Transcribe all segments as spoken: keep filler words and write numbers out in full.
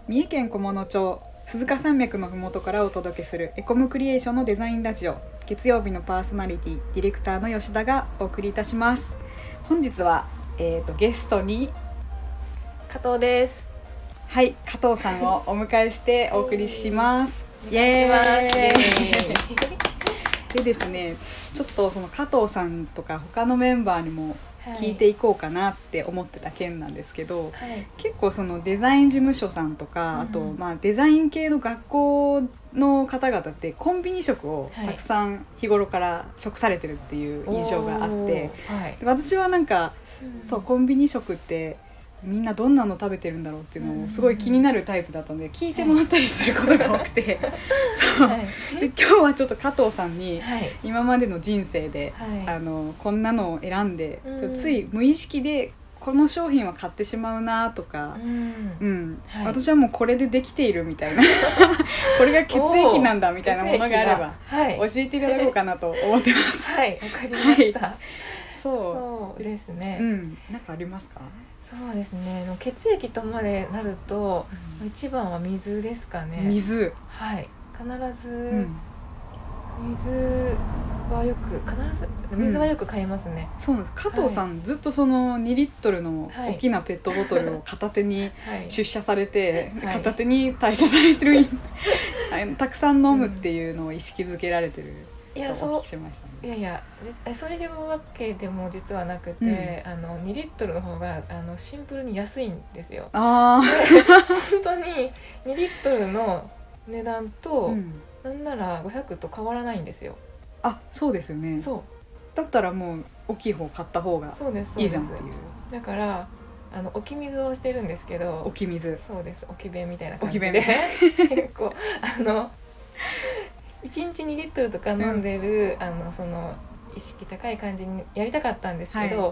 三重県菰野町鈴鹿山脈のふもとからお届けするエコムクリエーションのデザインラジオ、月曜日のパーソナリティディレクターの吉田がお送りいたします。本日は、えー、とゲストに加藤です。 はい、加藤さんをお迎えしてお送りします。 イエーイ。 でですね、ちょっとその加藤さんとか他のメンバーにも聞いていこうかなって思ってた件なんですけど、はい、結構そのデザイン事務所さんとか、うん、あとまあデザイン系の学校の方々ってコンビニ食をたくさん日頃から食されてるっていう印象があって、はい、で私はなんか、うん、そうコンビニ食ってみんなどんなの食べてるんだろうっていうのをすごい気になるタイプだったので聞いてもらったりすることが多くて、はいそうはい、で今日はちょっと加藤さんに今までの人生で、はい、あのこんなのを選んで、うん、つい無意識でこの商品は買ってしまうなとか、うんうんはい、私はもうこれでできているみたいなこれが血液なんだみたいなものがあれば、はい、教えていただこうかなと思ってますはい、わかりました、はい、 そうそうですね、 うん、なんかありますか？ そうですね、血液とまでなると、うん、一番は水ですかね。 水、 はい必ず、うん、水はよく必ず水はよく買いますね、 うん、そうなんです。加藤さん、はい、ずっとそのにリットルの大きなペットボトルを片手に出社されて、はい、片手に退社されてるたくさん飲むっていうのを意識づけられてる、うん、とお聞きしましたね。 いやいやそういうわけでも実はなくて、うん、あのにリットルの方があのシンプルに安いんですよ。 あ本当ににリットルの値段と、うん、なんならごひゃくと変わらないんですよ。 あ、そうですよね。そうだったらもう大きい方買った方がいいじゃんっていう。 だからあの置き水をしてるんですけど、 置き水、 そうです、置き弁みたいな感じで結構あのいちにちにリットルとか飲んでる、うん、あのその意識高い感じにやりたかったんですけど、はい、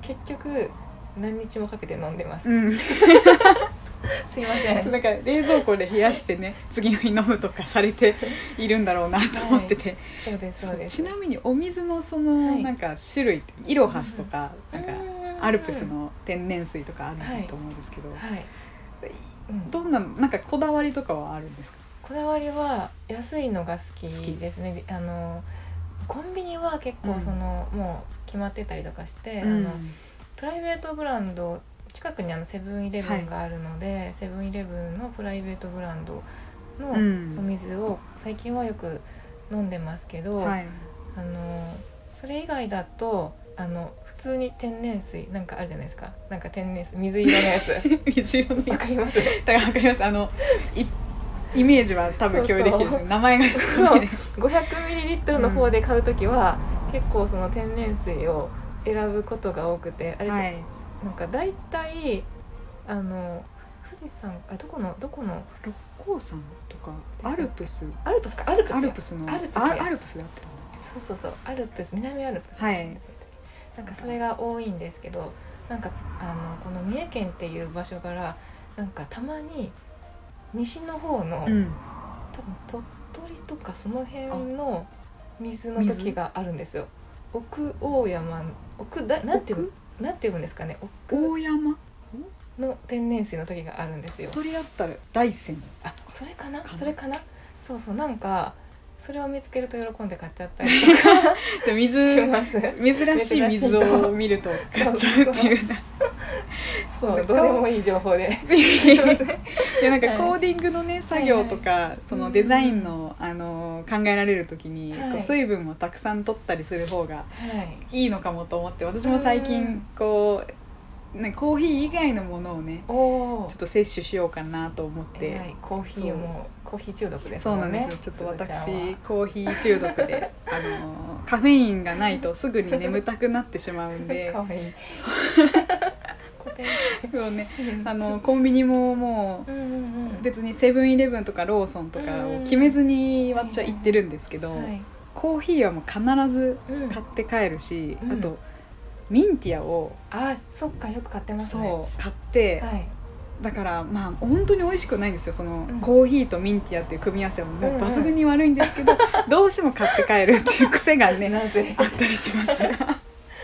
結局何日もかけて飲んでます、うん、すいません。 なんか冷蔵庫で冷やしてね次の日飲むとかされているんだろうなと思ってて、はい、 そうですそうです。 ちなみにお水のその、はい、なんか種類ってイロハスとか、うん、なんかアルプスの天然水とかあると思うんですけど、はいはいうん、どんななんかこだわりとかはあるんですか？ こだわりは安いのが好きですね。あのコンビニは結構その、うん、もう決まってたりとかして、うん、あのプライベートブランド近くにあのセブンイレブンがあるので、はい、セブンイレブンのプライベートブランドのお水を最近はよく飲んでますけど、はい、あのそれ以外だとあの普通に天然水なんかあるじゃないですか。なんか天然水水色のやつ水色のやつわかります？ だからわかります。あのイメージは多分共有できるんですよ。名前がごひゃくミリリットルの方で買うときは、うん、結構その天然水を選ぶことが多くて、あれ、はい、なんかだいたいあの富士山あどこのどこの六甲山とかアルプスアルプスかアルプスアルプスのアルプスアルプスであってたそうそうそうアルプス南アルプスはい、 なんかそれが多いんですけど、なんかあのこの三重県っていう場所からなんかたまに西の方の、うん、多分鳥取とかその辺の水の時があるんですよ。奥大山奥だなんていうなんていうんですかね、 奥大山の天然水の時があるんですよ。 鳥だったら大山、 あそれかなそれかなそうそう、なんかそれを見つけると喜んで買っちゃったりとか水します。 珍しい水を見ると買っちゃうっていうなそうそうどうでもいい情報ででなんかコーディングのね、はい、作業とか、はいはい、そのデザインの、あの考えられる時に、はい、こう水分をたくさん取ったりする方がいいのかもと思って、私も最近こうね、コーヒー以外のものをねちょっと摂取しようかなと思って、 はい、コーヒーもコーヒー中毒ですもんね。 そうなんです。ちょっと私コーヒー中毒であのカフェインがないとすぐに眠たくなってしまうんでかわいいそうね、あのコンビニももう別にセブンイレブンとかローソンとかを決めずに私は行ってるんですけど、コーヒーはもう必ず買って帰るし、あとミンティアをあそっかよく買ってますね。 そう買って、はい、だからまあ本当に美味しくないんですよ。その、うん、コーヒーとミンティアっていう組み合わせはもう抜群に悪いんですけど、うんうん、どうしても買って帰るっていう癖がねあったりします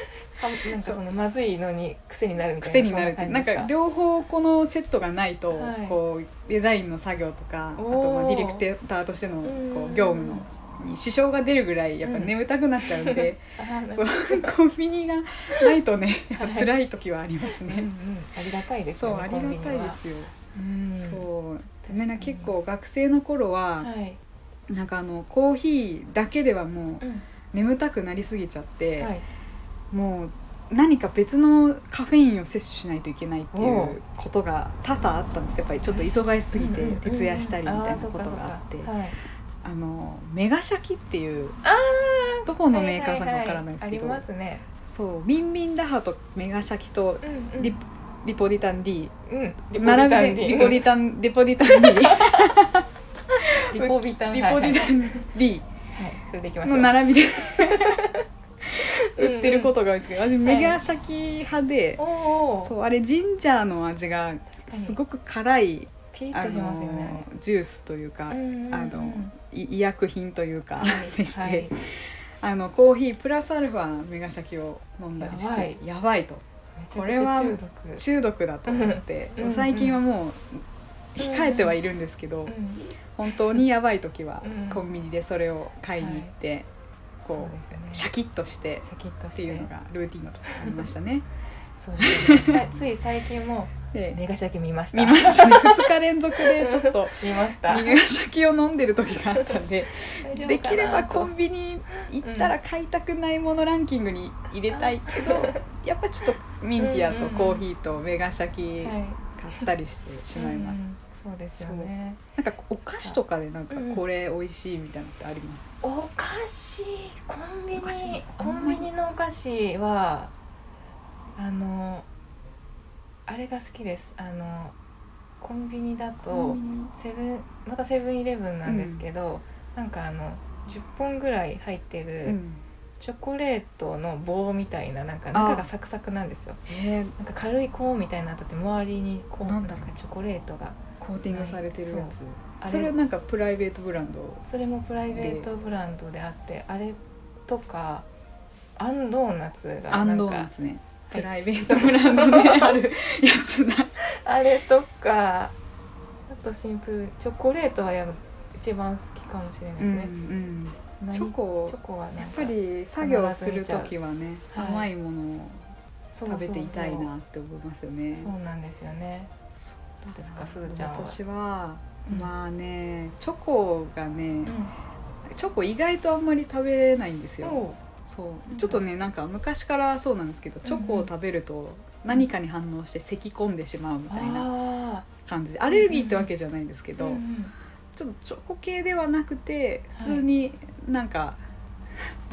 なんかそのまずいのに癖になるみたいな、 癖になるってなんか両方このセットがないと、はい、こうデザインの作業とかあとまあディレクターとしてのこう業務のに支障が出るぐらいやっぱ眠たくなっちゃうんで、うん、そうコンビニがないとねやっぱ辛い時はありますね、はいうんうん、 ありがたいですよね。 そうありがたいですよ、うん、そうでね結構学生の頃は、はい、なんかあのコーヒーだけではもう眠たくなりすぎちゃって、はい、もう何か別のカフェインを摂取しないといけないっていうことが多々あったんです。やっぱりちょっと忙しすぎて徹夜したりみたいなことがあって、あのメガシャキっていうどこのメーカーさんかわからないですけど、 はいはいはい、ありますね。 そうミンミンダハとメガシャキとリ、うんうん、リポディタン D、うん、並びでリポディタンリポディタン D リポビタンリポディタン D、はい、 それでいきましょう。 の並びで売ってることが多いですけど、私メガシャキ派で、はい、そうあれジンジャーの味がすごく辛いピリッとしますよね。 ジュースというか、うんうん、あの医薬品というか、はい、でして、はい、あのコーヒープラスアルファメガシャキを飲んだりしてやばいと、これは中毒だと思って、うん、最近はもう控えてはいるんですけど、うん、本当にやばい時はコンビニでそれを買いに行って、はい、こう、そうですよね、シャキッとしてっていうのがルーティンのところありましたね。 そうですねつい最近もメガシャキ見ました見ましたね。ふつか連続でちょっと見ましたメガシャキを飲んでる時があったんでできればコンビニ行ったら買いたくないものランキングに入れたいけど、うん、やっぱちょっとミンティアとコーヒーとメガシャキ買ったりしてしまいます、はい、 そうですよね。 なんかお菓子とかでなんかこれ美味しいみたいなのってあります？ お菓子コンビニコンビニのお菓子はあのあれが好きです。あのコンビニだとセブンまたセブンイレブンなんですけど、うん、なんかあのじゅっぽんぐらい入ってるチョコレートの棒みたいな、なんか中がサクサクなんですよ。なんか軽いコーンみたいになってて周りにこうなんかチョコレートがコーティングされてるやつ、そ, それはなんかプライベートブランド、 それもプライベートブランドであって、あれとかアンドーナツがなんかアンドーナツね、プライベートブランドであるやつだあれとか、あとシンプルチョコレートはや一番好きかもしれないですね、うんうん、チョコチョコはやっぱり作業するときはね、はい、甘いものを食べていたいなって思いますよね。 そうなんですよね。どうですかすずちゃんは？ 私は、うん、まあねチョコがね、うん、チョコ意外とあんまり食べないんですよ。そうちょっとねなんか昔からそうなんですけど、チョコを食べると何かに反応して咳き込んでしまうみたいな感じで、アレルギーってわけじゃないんですけど、うんうん、ちょっとチョコ系ではなくて普通になんか、はい、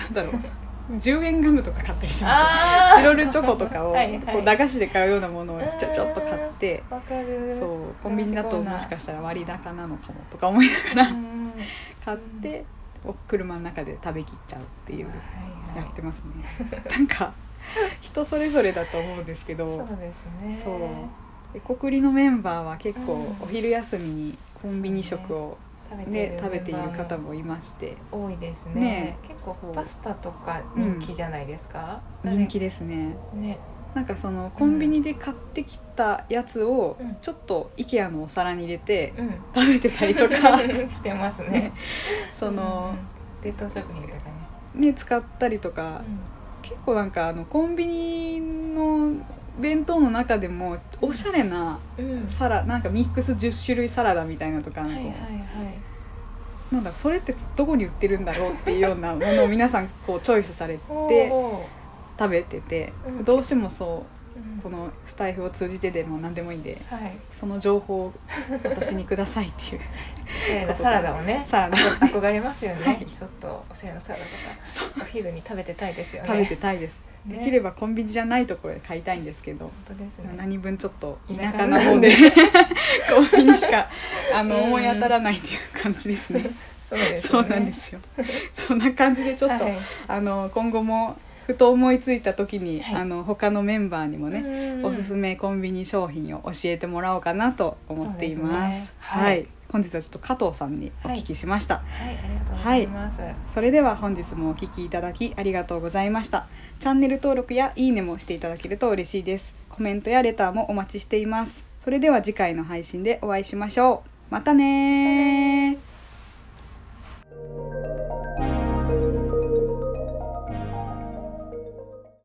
なんだろうじゅうえんガムとか買ったりします。チロルチョコとかをはい、こう駄菓子で買うようなものをちょちょっと買って、 わかる、 そうコンビニだともしかしたら割高なのかもとか思いながら買って車の中で食べきっちゃうっていう、はいはい、やってますね。なんか人それぞれだと思うんですけど、 そうですね。 そうエコクリのメンバーは結構お昼休みにコンビニ食を、ね、食べている方もいまして、 多いですね。ね結構パスタとか人気じゃないですか？ うん、人気ですね。ねなんかそのコンビニで買ってきたやつをちょっと IKEA のお皿に入れて食べてたりとか、うん、 してますね。 ねその、 うん、冷凍食品とかね、ね使ったりとか、うん、結構なんかあのコンビニの弁当の中でもおしゃれなサラ、うん、なんかミックスじゅっしゅるいサラダみたいなとか、はいはいはい、なんだそれってどこに売ってるんだろうっていうようなものを皆さんこうチョイスされて食べてて、うん、どうしてもそう、うん、このスタイフを通じてでも何でもいいんで、はい、その情報を私にくださいっていうおしゃれなサラダをねサラダ憧れますよね、はい、ちょっとおしゃれなサラダとかお昼に食べてたいですよね。 食べてたいです、ね、できればコンビニじゃないところで買いたいんですけど、 本当ですね、 何分ちょっと田舎の方でコンビニしかあの思い当たらないっていう感じですね。 そうですよね。 そうなんですよ。そんな感じでちょっと、はい、あの今後もふと思いついた時に、はい、あの他のメンバーにもねおすすめコンビニ商品を教えてもらおうかなと思っています。 そうですね。はい、はい、 本日はちょっと加藤さんにお聞きしました。 はい、はい、ありがとうございます、はい、 それでは本日もお聞きいただきありがとうございました。チャンネル登録やいいねもしていただけると嬉しいです。コメントやレターもお待ちしています。それでは次回の配信でお会いしましょう。またねー。